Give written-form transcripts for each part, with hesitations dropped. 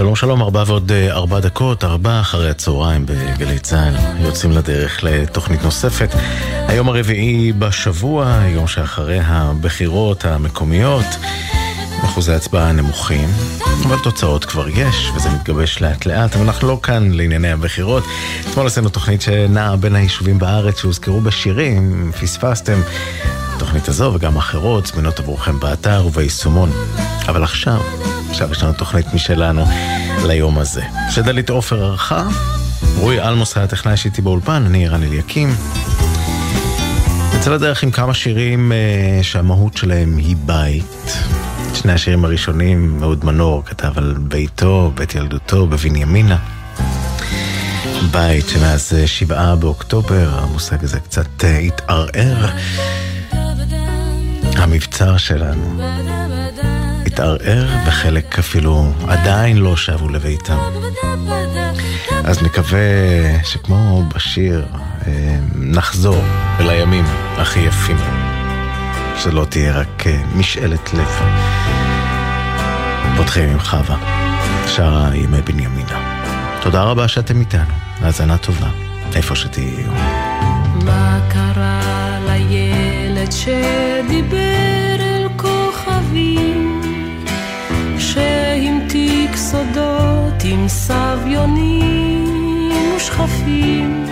שלום שלום, 4:04, 4 אחרי הצהריים בגלי צהל. יוצאים לדרך לתוכנית נוספת. היום הרביעי בשבוע, יום שאחרי הבחירות המקומיות. אחוזי הצבעה נמוכים, אבל תוצאות כבר יש, וזה מתגבש לאט לאט, אבל אנחנו לא כאן לענייני הבחירות. אתמול עשינו תוכנית שנעה בין היישובים בארץ שהוזכרו בשירים, פספסתם. התוכנית הזו וגם אחרות זמינות עבורכם באתר וביישומון. אבל עכשיו יש לנו תוכנית משלנו ליום הזה. שדלית עופר ערכה, רועי אלמוס היה הטכנאי שאיתי באולפן, אני רן אליקים. יצא לדרך עם כמה שירים שהמהות שלהם היא בית. שני השירים הראשונים, אהוד מנור כתב על ביתו, בית ילדותו בבנימינה. בית שמאז 7 באוקטובר, המושג הזה קצת התערער. המבצר שלנו התערער, וחלק אפילו עדיין לא שבו לביתם. אז נקווה שכמו בשיר נחזור אל הימים הכי יפים, שלא תהיה רק משאלת לב. פותחים עם חווה, שרה ימי בנימינה. תודה רבה שאתם איתנו, האזנה טובה איפה שתהיו. מה קרה לילד שדיבר אל כוכבים, שהמתיק סודות עם סביונים ושכפים,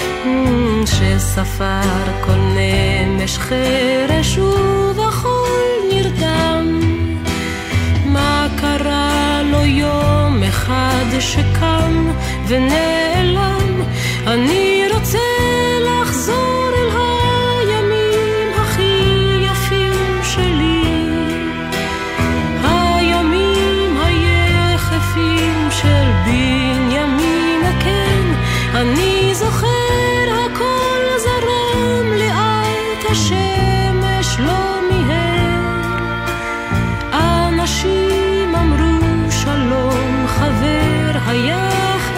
שספר כל נמש חרש ובחול נרדם? מה קרה לו יום אחד שקם ונעלם? אני רוצה לחזור אל הימים הכי יפים שלי, הימים היחפים של בנימינה. כן, אני זוכר הכל זרם לאט, השמש לא מיהר, אנשים אמרו שלום, חבר היה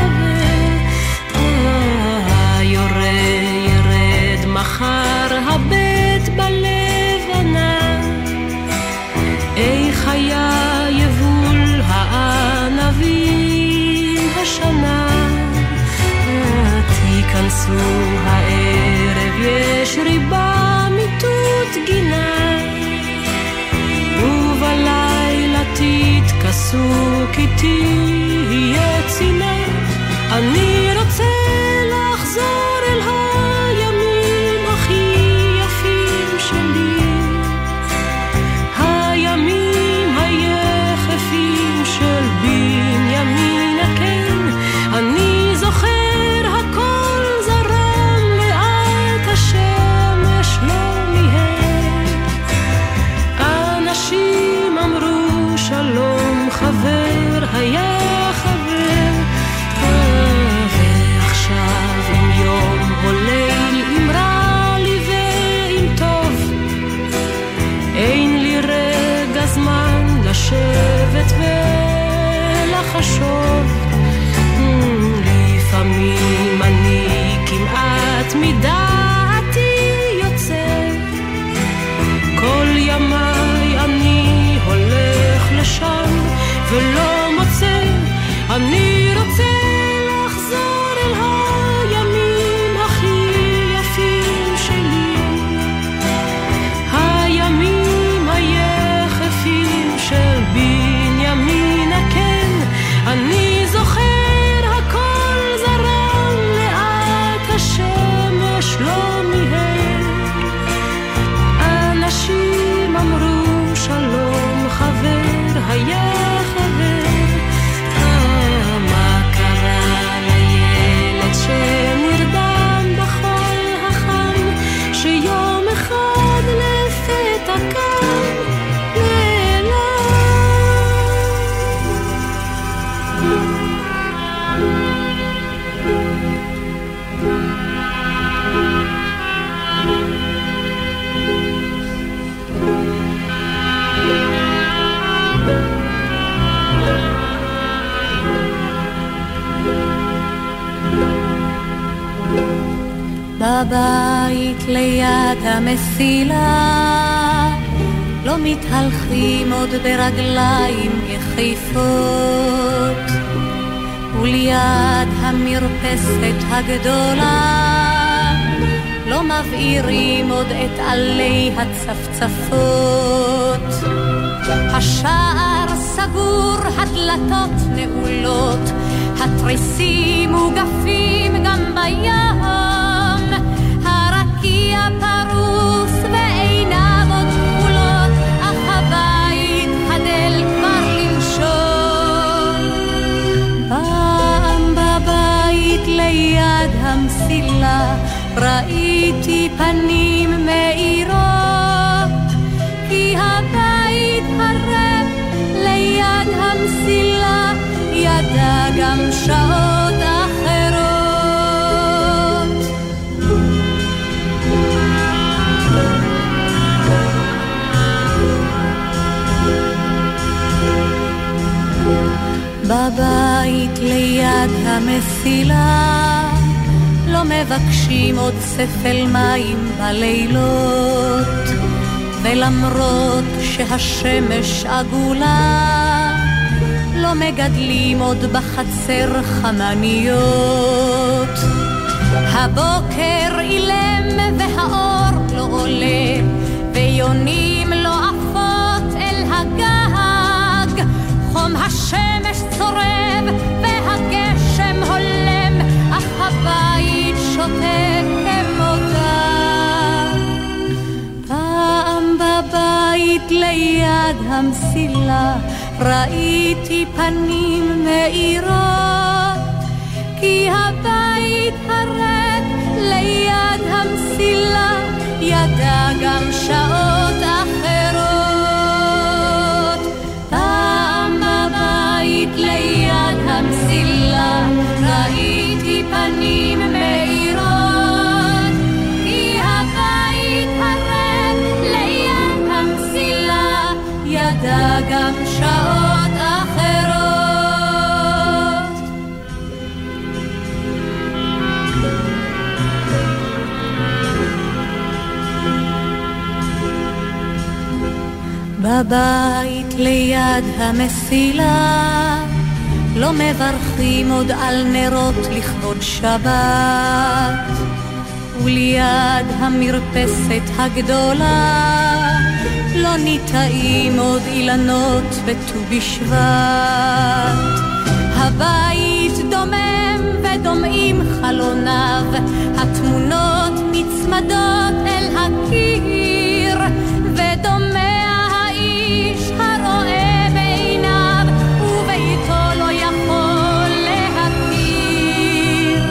ירד מחר הבית בלבנה, איך היה יבול הענבים השנה. תיכנסו הערב, יש ריבה מיטוט גינה, ובלילה תתכסו כי תהיה צינה. אני רוצה לחזור אל הימים הכי יפים שלי, הימים היחפים של בנימינה. כן, אני זוכר הכל זרם לאט, השמש לא מיהר, אנשים אמרו שלום, חבר היה חבר. ועכשיו עם יום הולל, אם רע לי ואם טוב, אין לי רגע זמן לשבת ולחשוב. לפעמים אני כמעט מדעתי יוצא, כל ימיי אני הולך לשם ולא מוצא. אני רוצה לחזור אל הימים הכי יפים שלי, הימים היחפים של בנימינה. כן, אני זוכר הכל זרם לאט, השמש לא מיהר, אנשים אמרו שלום, חבר היה חבר. מה קרה לילד שנרדם בכל החם, שיום אחד לפתע קם בבית ליד המסילה, לא מתהלכים עוד ברגליים יחיפות, וליד המרפסת הגדולה לא מבעירים עוד את עלי הצפצפות. השער סגור, הדלתות נעולות, התריסים מוגפים גם בים, הרקיע פרוס ועיניו עוד כחולות, אך הבית חדל כבר לנשום. פעם בבית ליד המסילה ראיתי פנים מאירות, כי הבית הרב ליד המסילה ידע גם שעות אחרות. בבית ליד המסילה לא מבקשים עוד ספל מים בלילות, ולמרות שהשמש עגולה לא מגדלים עוד בחצר חמניות. הבוקר אילם והאור לא עולה, ויונים לא עפות אל הגג, חום השמש צורב והגשם הולם, אך הבית שותק כמותה. פעם בבית ליד המסילה ראיתי פנים מאירות, כי הבית הרד ליד המסילה ידע גם שעות אחרות. פעם בבית ליד המסילה ראיתי פנים מאירות, כי הבית הרד ליד המסילה ידע גם שעות אחרות. בבית ליד המסילה לא מברכים עוד על נרות לכבוד שבת, וליד המרפסת הגדולה לא ניטעים עוד אילנות בט"ו בשבט. הבית דומם ודומעים חלוניו, התמונות נצמדות אל הקיר, ודומע האיש הרואה בעיניו וביתו לא יכול להכיר.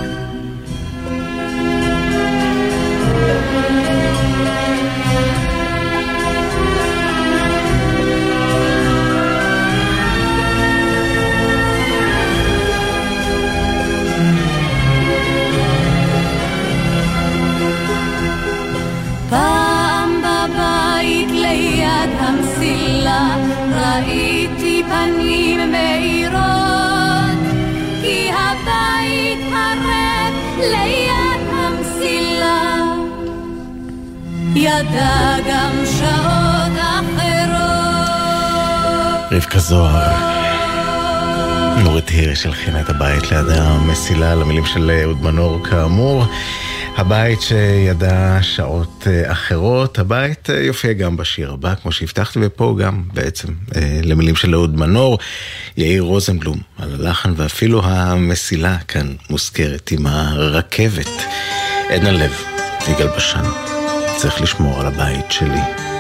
פעם בבית ליד המסילה ראיתי פנים מאירות, כי הבית הרד ליד המסילה ידע גם שעות אחרות. רבקה זוהר, נורית הירש הלחינה את הבית ליד המסילה למילים של אהוד מנור. כאמור, הבית שידע שעות אחרות, הבית יופיע גם בשיר הבא, כמו שהבטחתי, ופה גם בעצם למילים של אהוד מנור, יאיר רוזנבלום על הלחן, ואפילו המסילה כאן מוזכרת עם הרכבת. עדנה לב, יגאל בשן, צריך לשמור על הבית שלי.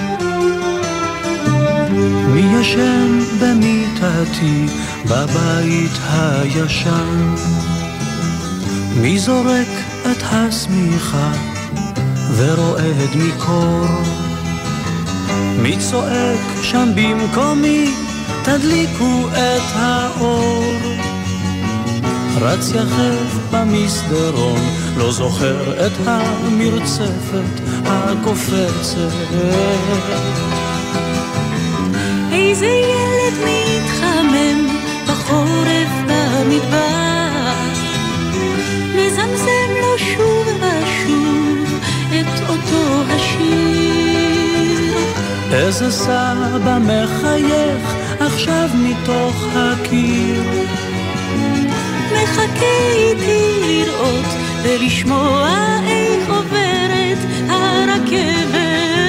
מי ישן במיטתי בבית הישן? מי זורק את הסמיכה ורועד מקור? מי צועק שם במקומי תדליקו את האור? רץ יחף במסדרון, לא זוכר את המרצפת הקופצת. איזה ילד מתחמם בחורף במדבר, מזמזם לו שוב ושוב את אותו השיר. איזה סבא מחייך עכשיו מתוך הקיר, חכה איתי לראות ולשמוע איך עוברת הרכבת.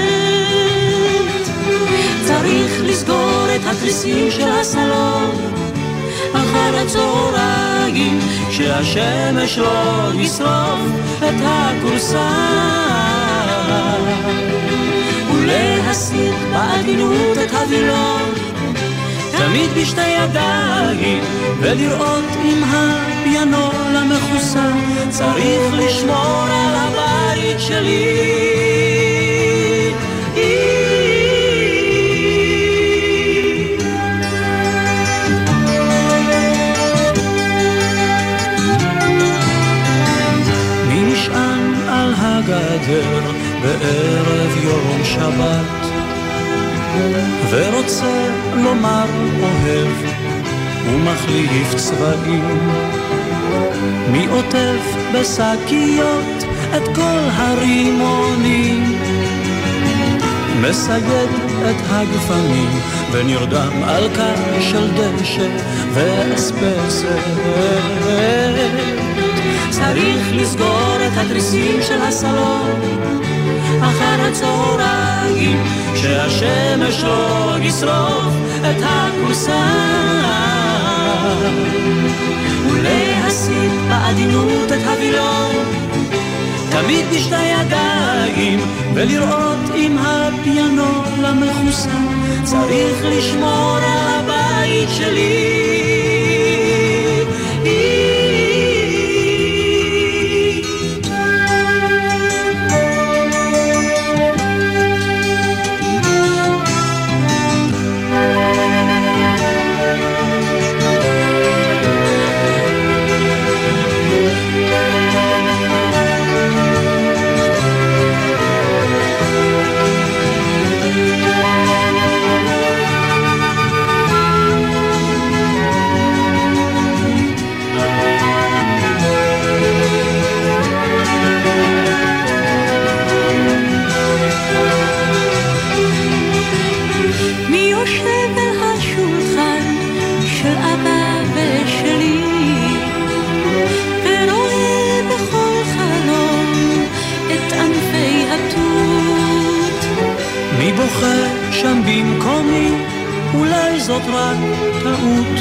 צריך לסגור את התריסים של הסלון אחר הצהריים, שהשמש לא ישרוף את הכורסה, ולהסיר בעדינות את הווילון תמיד בשתי ידיים, ולראות עם הפיאנו למחוסה. צריך לשמור על הבית שלי, מי נשען על הגדר בערב יום שבת ורוצה לומר אוהב ומחליף צבעים, מי עוטף בשקיות את כל הרימונים, מסייד את הגפנים ונרדם על קר של דשא ואספסת. צריך לסגור את התריסים של הסלון אחר הצהריים, שהשמש לא ישרוף את הכורסה, ולהסיט בעדינות את הווילון תמיד בשתי ידיים, ולראות עם הפיאנו למחוסה. צריך לשמור על הבית שלי, שם במקומי, אולי זאת רק טעות,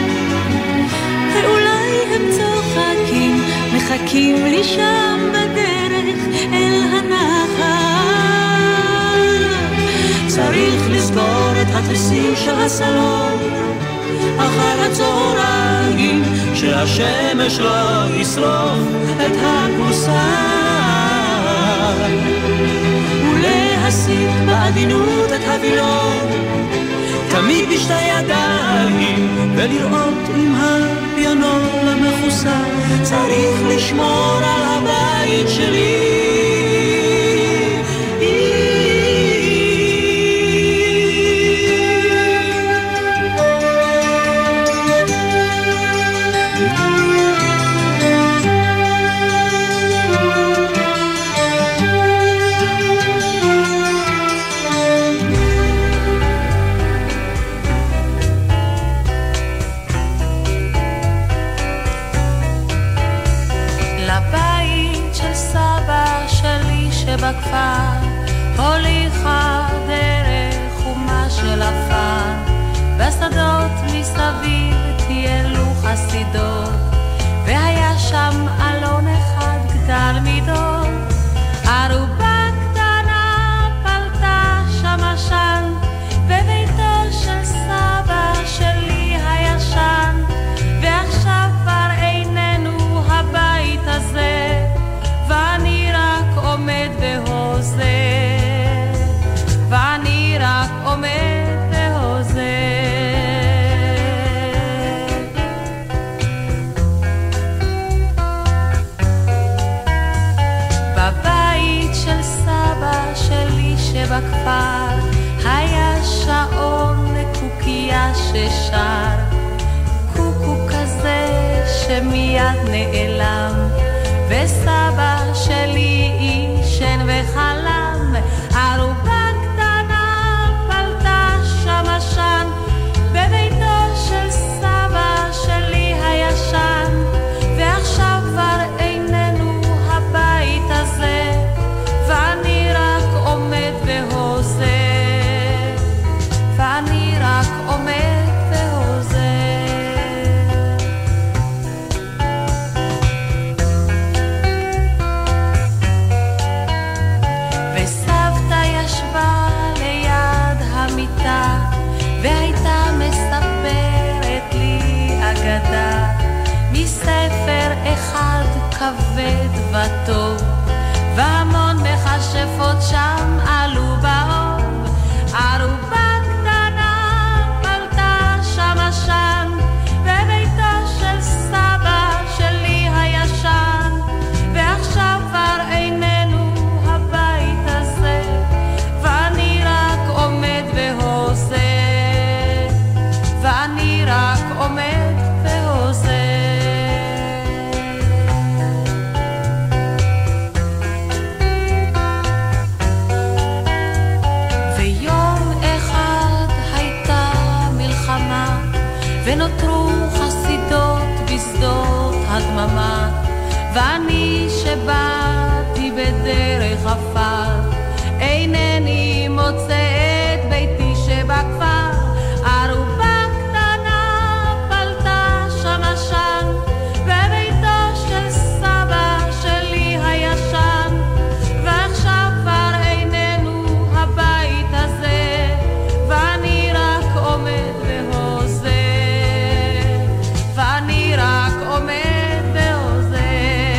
ואולי הם צוחקים, מחכים לי שם בדרך אל הנחל. צריך לסגור את התריסים של הסלון אחר הצהריים, שהשמש לא ישרוף את הכורסה, ולהסיט בעדינות את הווילון תמיד בשתי ידיים, ולראות עם הפיאנו למחוסה. צריך לשמור על הבית שלי, בכפר הוליכה דרך חומה של עפר, בשדות מסביב טיילו חסידות, והיה שם אלון אחד גדל מידות. ערובה קטנה פלטה שם עשן בביתו של סבא שלי הישן, ועכשיו כבר איננו הבית הזה, ואני רק עומד והוזר, ואני רק עומד והוזר. בבית של סבא שלי שבכפר היה שעון קוקייה ששר, קוקו כזה שמיד נעלם, וסבא שלי אישן וחלם. ערובה קטנה פלטה שם עשן בביתו של סבא שלי הישן, כבד וטוב, והמון מכשפות שם עלו באוב. ערובה קטנה פלטה שם עשן בביתו של סבא שלי הישן, ועכשיו כבר איננו הבית הזה, ואני רק עומד והוזה, ואני רק עומד והוזה. ונותרו חסידות בשדות הדממה, ואני שבאתי בדרך עפר, אינני מוצאת ביתי שבכפר. ערובה קטנה פלטה שם עשן בביתו של סבא שלי הישן, ועכשיו כבר איננו הבית הזה, ואני רק עומד והוזה, ואני רק עומד ועוזה.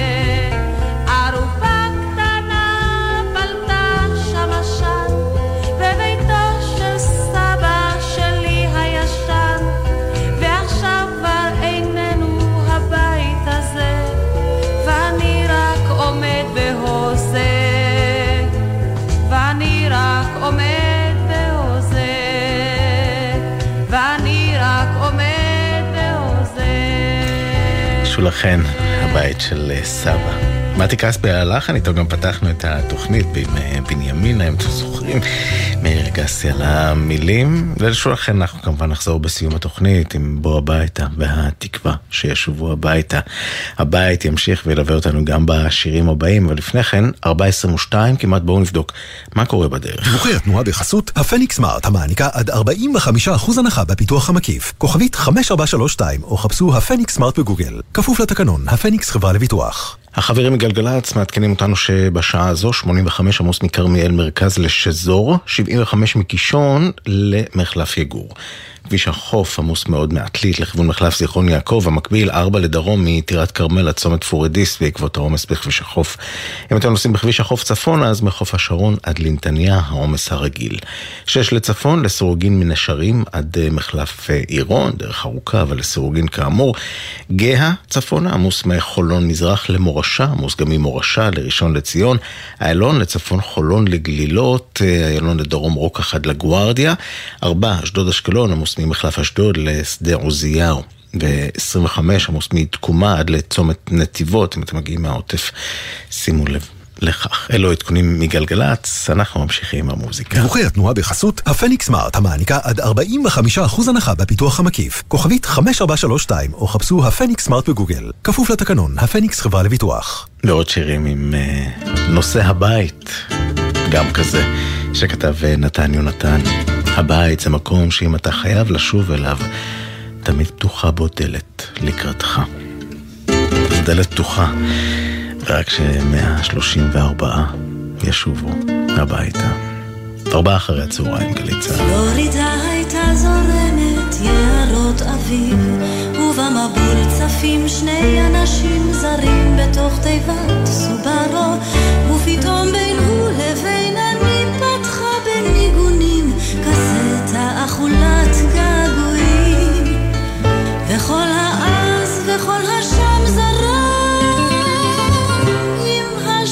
ערובה קטנה פלטה שם עשן בביתו של סבא שלי הישן, ועכשיו כבר איננו הבית הזה, ואני רק עומד והוזה, ואני רק עומד והוזה, ואני רק עומד. לכן, הבית של סבא. מתי כספי הלחן, איתו גם פתחנו את התוכנית עם בנימינה, אם אתם זוכרים, מאיר גסי על המילים. ולשולחן אנחנו כמובן נחזור בסיום התוכנית עם בוא הביתה והתקווה שישובו הביתה. הבית ימשיך וילווה אותנו גם בשירים הבאים, ולפני כן, 4:22, כמעט בואו נבדוק מה קורה בדרך. דיווחי התנועה בחסות הפניקס סמארט, המעניקה עד 45% הנחה בפיתוח המקיף. כוכבית 5432, או חפשו הפניקס סמארט בגוגל. כפוף לתקנון, הפניקס חברה לביטוח. החברים מגלגלץ מעדכנים אותנו שבשעה הזו 85 עמוס מקרמיאל מרכז לשזור, 75 מקישון למחלף יגור. כביש החוף עמוס מאוד מעטלית לכיוון מחלף זיכרון יעקב, המקביל 4 לדרום מטירת כרמל עד צומת פורדיס בעקבות העומס בכביש החוף. אם אתם נוסעים בכביש החוף צפונה, אז מחוף השרון עד לנתניה העומס הרגיל. 6 לצפון לסירוגין מנשרים עד מחלף עירון, דרך ארוכה, אבל לסירוגין כאמור. גאה צפונה עמוס מחולון מזרח למורשה, עמוס גם ממורשה לראשון לציון. איילון לצפון חולון לגלילות, איילון לדרום רוקח עד לגוארדיה. 4 אשדוד אשקלון עמוס ממחלף אשדוד לשדה עוזיהו, ו-25 עמוס מתקומה עד לצומת נתיבות. אם אתם מגיעים מהעוטף, שימו לב לכך. אלו עדכונים מגלגלץ, אנחנו ממשיכים עם המוזיקה. דיווחי התנועה בחסות הפניקס סמארט, המעניקה עד 45% הנחה בפיתוח המקיף. כוכבית 5432, או חפשו הפניקס סמארט בגוגל. כפוף לתקנון, הפניקס חברה לביטוח. ועוד שירים עם נושא הבית, גם כזה, שכתב נתן יונתן. הבית זה מקום שאם אתה חייב לשוב אליו, תמיד פתוחה בו דלת לקראתך. דלת פתוחה, רק ש134 ישובו הביתה. 4 אחרי הצהריים, גלי צהל. פלורידה הייתה זורמת יערות אביב, ובמבול צפים 2 אנשים זרים בתוך תיבת סוברו, ופתאום בין הוא לבין אני פתחה בניגונים קסטה אכולת געגועים, וכל העז וכל השם זרם עם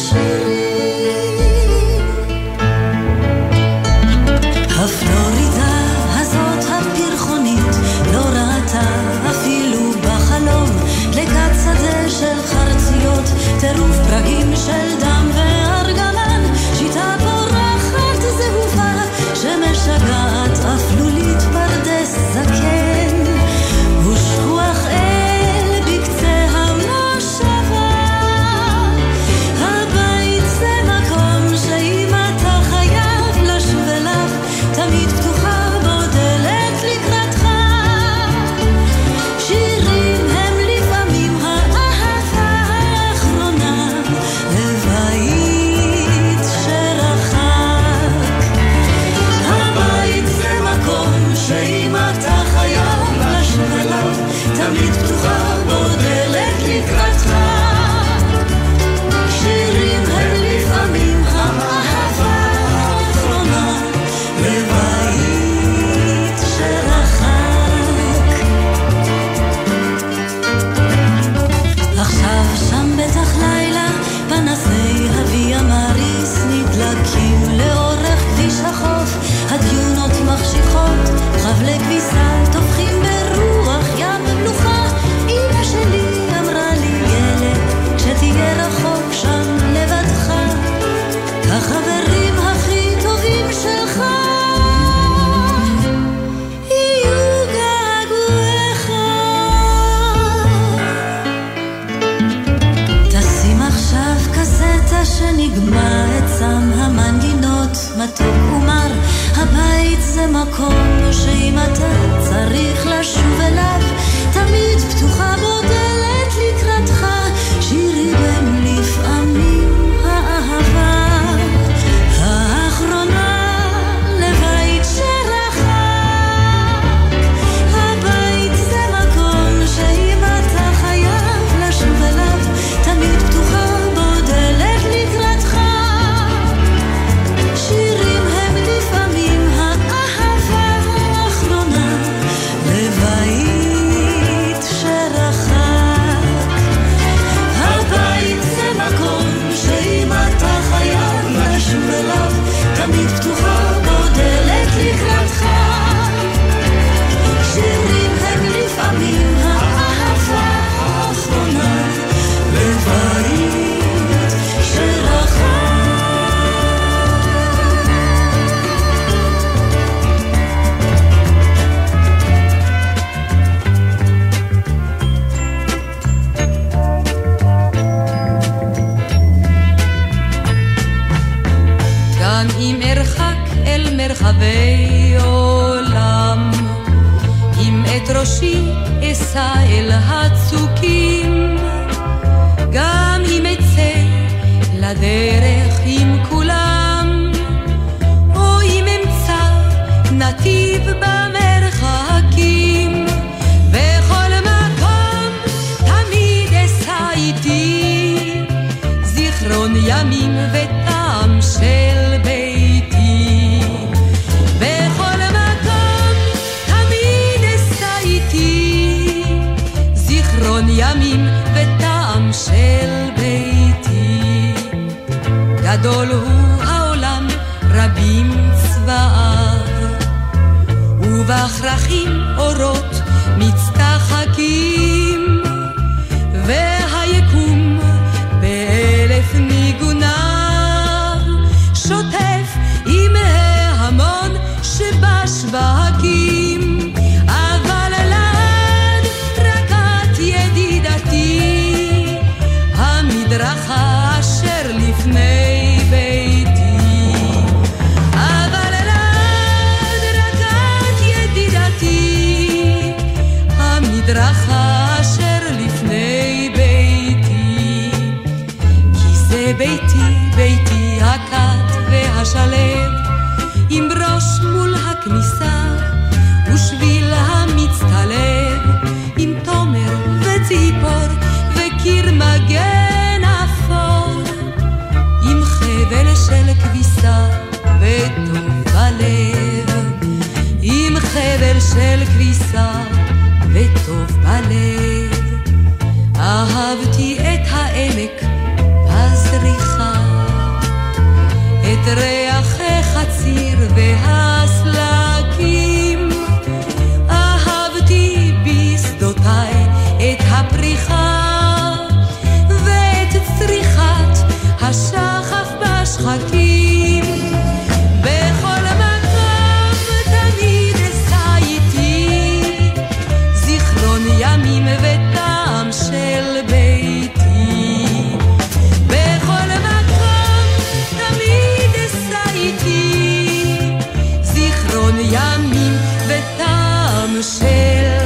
השירים. הפלורידה הזאת הפרחונית לא ראתה אפילו בחלום לקט שדה של חרציות, טירוף פרקים של דם וארגמן, מתוק ומר. הבית זה מקום שאם אתה צריך לשוב אליו, תמיד פתוחה בו דלת לקראתך. שירי בין לפעמים האהבה האחרונה לבית שרחק. הבית זה מקום שאם אתה חייב לשוב אליו, תמיד פתוחה בו דלת לקראתך. שירים הם לפעמים האהבה האחרונה לבית שרחק. הבית זה מקום שאם אתה חייב לשוב אליו, תמיד פתוחה בו דלת לקראתך. שירים הם לפעמים האהבה האחרונה לבית שרחק. גם אם ארחק אל מרחבי עולם, אם את ראשי אשא אל הצוקים, גם אם אצא לדרך עם כולם, או אם אמצא נתיב במרחקים, בכל מקום תמיד אשא איתי זיכרון ימים וטעם של ביתי. בכל מקום תמיד אשא איתי זיכרון ימים וטעם של ביתי. גדול הוא העולם, רבים צבאיו, ובכרכים אורות מצטחקים, והיקום באלף ניגוניו שוטף עם ההמון שבשווקים. אבל לעד רק את ידידתי, המדרכה אשר לפני ביתי. אבל לעד רק את ידידתי, המדרכה אשר לפני ביתי. כי זה ביתי, ביתי הכת והשלב, עם ראש מול הכניסה ושביל המצטלב, עם תומר וציפור וקיר מגן אפור, עם חבל של כביסה וטוב בלב, עם חבל של כביסה וטוב בלב. אהבתי את העמק בזריחה, את ריח החציר והסלקים, אהבתי בשדותיי את הפריחה ואת צריכת השחף בשחקים. בכל מקום תמיד אשא איתי זיכרון ימים וטעם של ביתי. בכל מקום תמיד אשא איתי זיכרון ימים וטעם של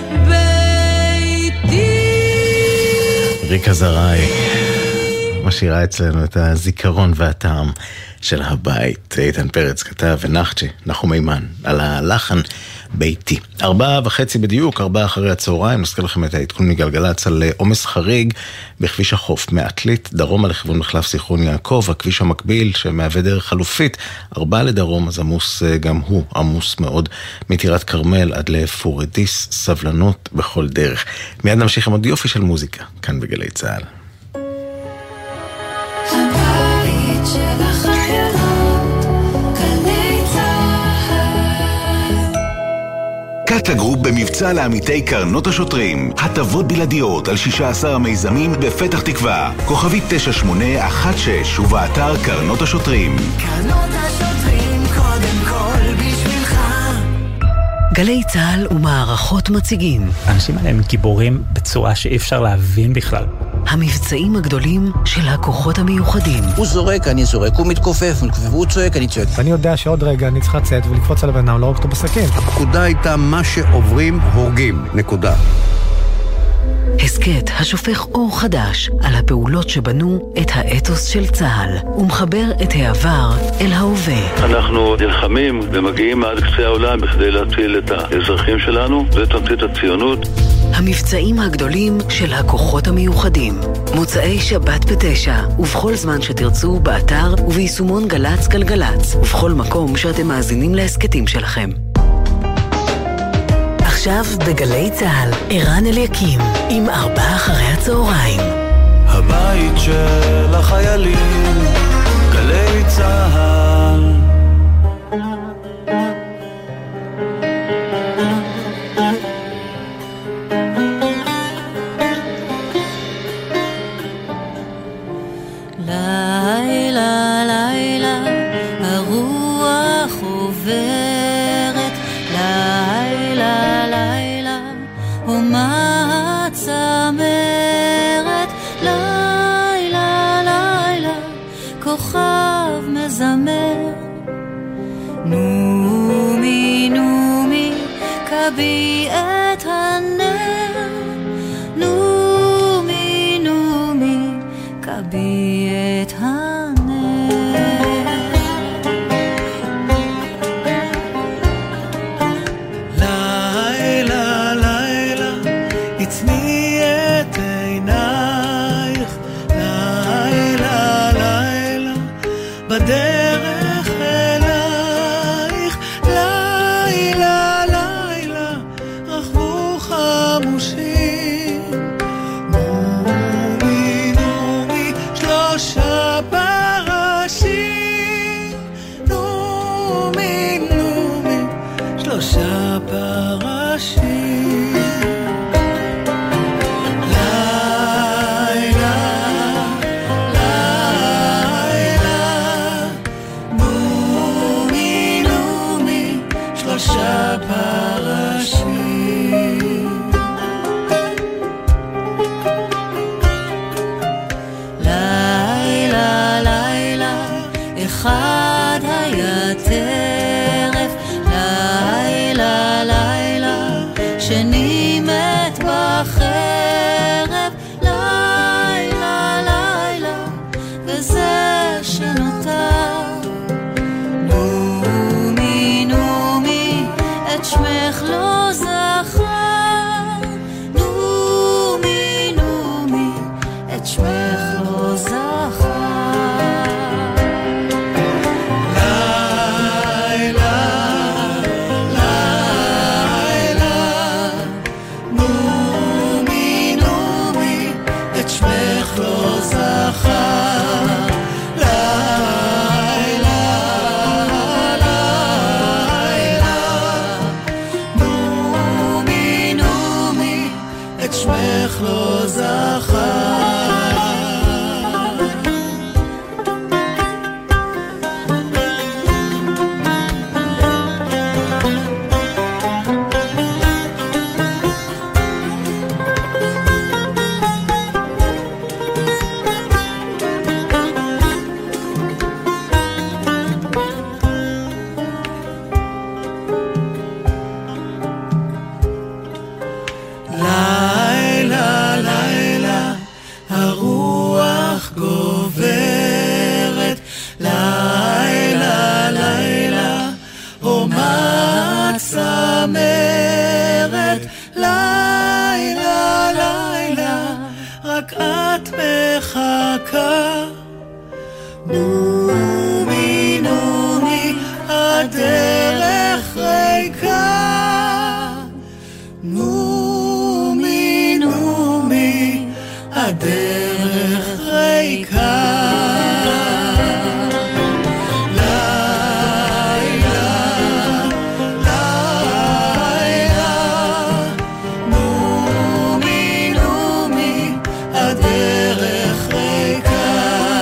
ביתי. ריקה זרעי משאירה אצלנו את הזיכרון והטעם של הבית. איתן פרץ כתב ונחצ'ה, נחום מימן, על הלחן ביתי. 4:30 בדיוק, 4 אחרי הצהריים, נזכיר לכם את העדכון מגלגלצ על עומס חריג בכביש החוף, מעתלית דרומה לכיוון מחלף זיכרון יעקב, הכביש המקביל שמהווה דרך חלופית, 4 לדרום, אז עמוס גם הוא, עמוס מאוד, מטירת כרמל עד לפורדיס, סבלנות בכל דרך. מיד נמשיך עם עוד יופי של מוזיקה, כאן בגלי צהל. הבית של החיילות, גלי צהל. קאטה גרופ במבצע לעמיתי קרנות השוטרים. הטבות בלעדיות על 16 מיזמים בפתח תקווה. כוכבית 9816 ובאתר קרנות השוטרים. קרנות השוטרים קודם כל בשבילך. גלי צהל ומערכות מציגים. האנשים האלה הם גיבורים בצורה שאי אפשר להבין בכלל. המבצעים הגדולים של הכוחות המיוחדים. הוא זורק, אני זורק, הוא מתכופף, הוא צועק, אני צועק. ואני יודע שעוד רגע אני צריך לצאת ולקפוץ על הבן אדם, לא רק אותו בסכין. הפקודה הייתה מה שעוברים הורגים, נקודה. הסקט השופך אור חדש על הפעולות שבנו את האתוס של צה"ל ומחבר את העבר אל ההווה. אנחנו נלחמים ומגיעים עד קצה העולם בכדי להציל את האזרחים שלנו, זה תמצית הציונות. המבצעים הגדולים של הכוחות המיוחדים. מוצאי שבת ב9 ובכל זמן שתרצו באתר וביישומון גלץ גלגלץ ובכל מקום שאתם מאזינים להסקטים שלכם. עכשיו בגלי צהל, ערן אליקים עם 16:00. הבית של החיילים, גלי צהל. לילה לילה הרוח עוברת, לילה לילה ומה צמרת, לילה לילה כוכב מזמר. נומי נומי קבי את הנר, נומי נומי קבי את הנר. לילה לילה עצמי את עינייך, לילה לילה בדרך אלייך, לילה לילה רכבו חמושים. נומי נומי שלושה פרשים, נומי נומי שלושה פרשים. לילה לילה נומי נומי שלושה פרשים. לילה לילה אחד היה טרף, לילה לילה שני מת בחרב, לילה לילה וזה שנותר. נומי נומי את שמך לא זכר, נומי נומי את שמך לא זכר. לילה לילה נומי נומי את שמך לא זכר. לילה לילה נומי נומי את שמך לא זכר. לילה לילה הרוח גוברת, לילה לילה הומה צמרת, לילה לילה רק את מחכה. נומי נומי הדרך ריקה, נומי נומי הדרך ריקה. לילה לילה נומי נומי הדרך ריקה.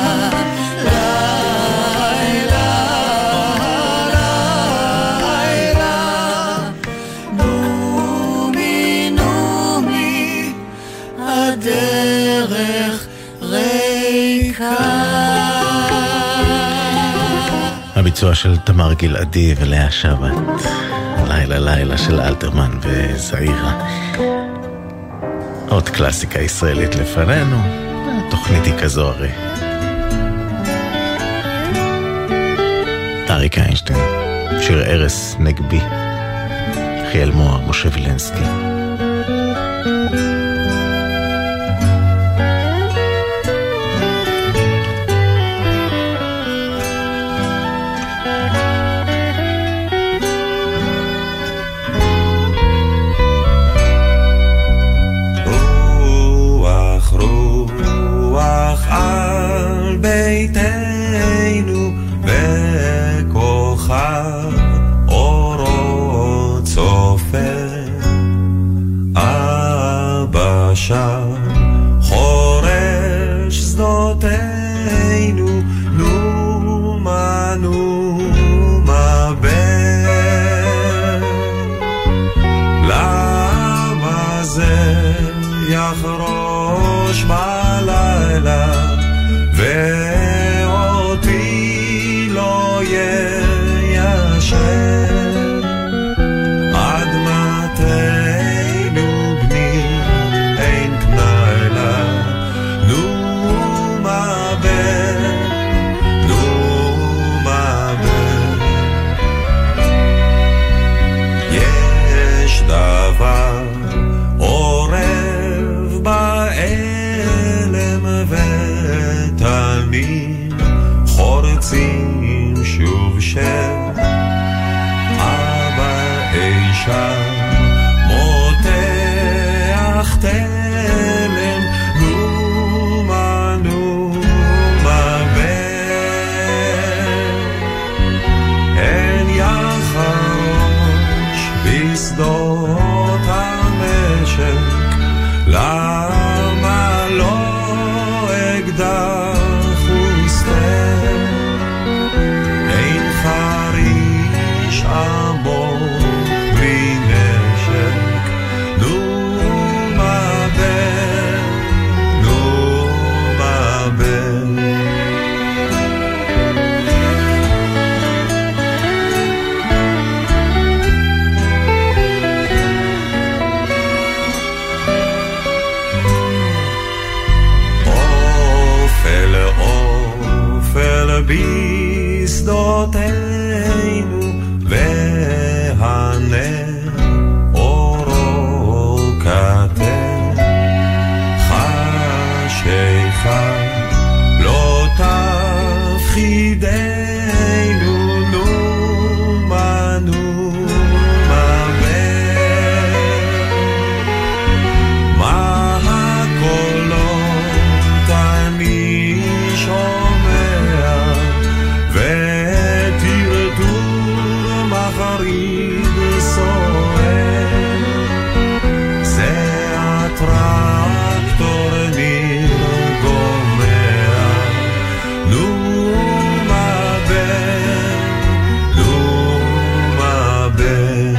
הביצוע של תמר גלעדי ולאה שבת, לילה לילה של אלתרמן וזעירה. עוד קלאסיקה ישראלית לפנינו, התוכנית היא כזו הרי. אריק איינשטיין, שיר ארס נגבי, חיאל מוהר, משה וילנסקי. ביתנו וכוכב אורו צופה אבא שם חורש שדותינו נומה נומה בר למה זה יחרוש בלילה ואותי לא יישב עד מתנו בני אין פנאי לה נומה בר נומה בר יש דבר עורב באלם ותנים חורצים שוב שם אבא אי שם מותח תלם נומה נומה בר אין יחרוש בשדות המשק למה לא אקדח וסתר אין חריש עמוק בלי נשק נומה בר נומה בר בשדותינו והנר אורו כתר חשיכה לא תפחידנו נומה נומה בר מה הקולות אני שומע ותרדור מחריב סוער זה הטרקטור נרגומע נומה בר נומה בר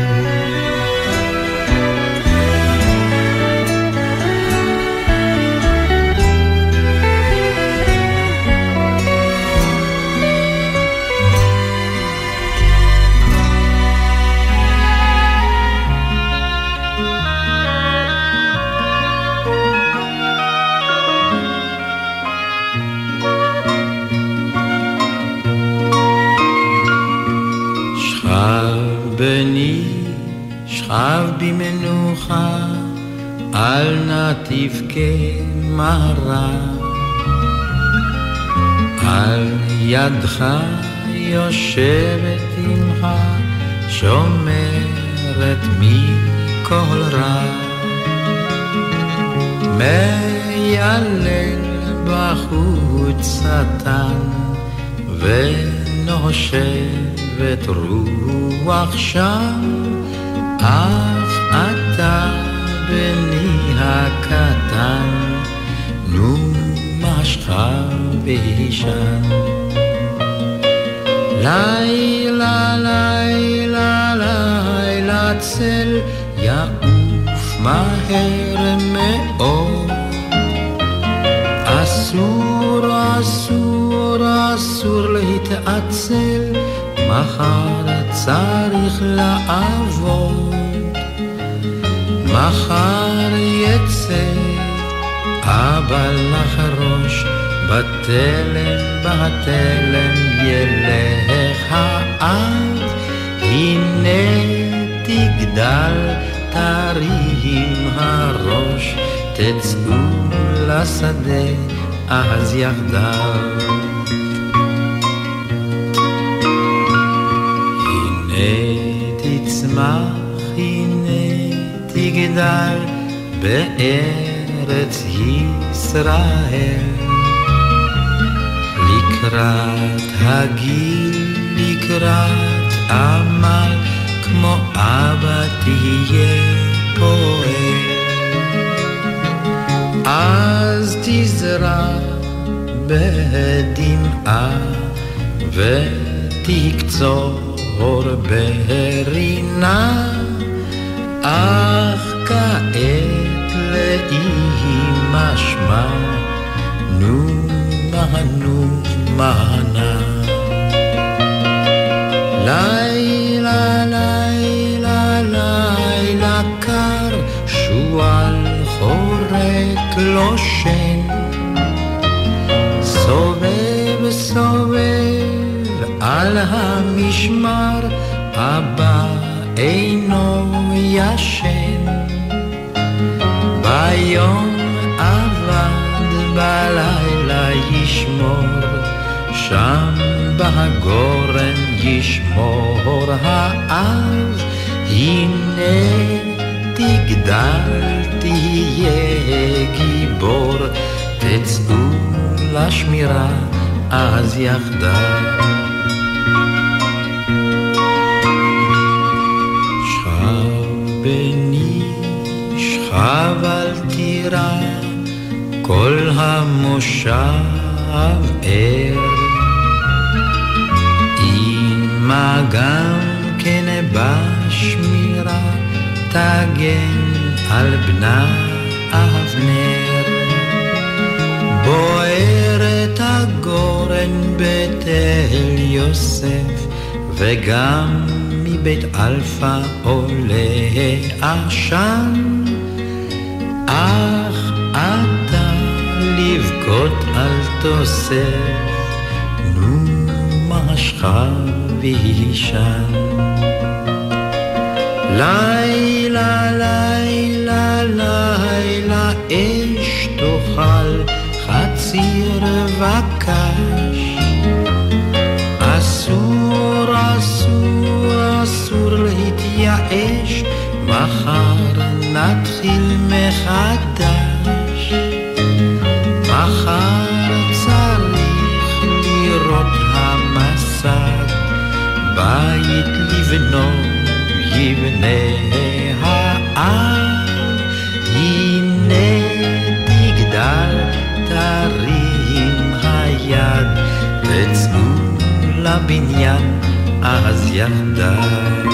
בני שכב במנוחה על נתיב כמהרה על ידך יושבת אמך שומרת מכל רע מיילל בחוץ שטן ונושבת רוח שם אך אתה בני הקטן נו משכה בהישן לילה לילה לילה צל יעוף מהר מאוד אסור אסור אסור להתארגן לעצל, מחר צריך לעבוד, מחר יצא אבא לך ראש, בתלם ילך האב, הנה תגדל תרים הראש, תצאו לשדה אז יחדיו. הנה תצמח, הנה תגדל בארץ ישראל, לקראת הגיל, לקראת עמל, כמו אבא תהיה פועל. אז תזרע בדמעה ותקצור ברינה, אך כעת לאמא שמה, נו מהנה. לילה לילה לילה קר, שועל חורק לא שן, סובב סובב על המשמר, אבא אינו ישן. ביום עבד, בלילה ישמור, שם בגורן ישמור האב. הנה תגדל תהיה גיבור, תצאו לשמירה אז יחדיו. בני שכב על טירה, כל המושב ער, אמא גם כן בשמירה, תגן על בנה אבנר. בוערת הגורן בתל יוסף, וגם מבית אלפה עולה עשן, אך אתה לבכות אל תוסף, נו משך וישן. לילה לילה לילה אש תאכל חציר וקש, אסור אסור אסור להתייאש, מחר נתחיל מחדש. מחר צריך לראות המסד, בית לבנות יבנה האב. הנה תגדל תרים היד, תצאו לבניין אז יחדיו.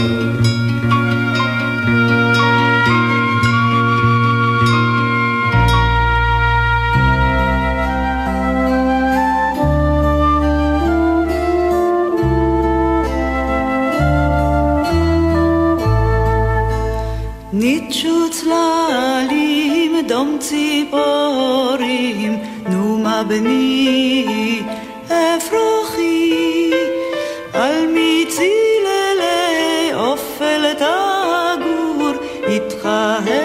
ניטשו צללים דום ציפורים, נו מה בני אפרוחי, על מיצי לילי אופל תגור, איתך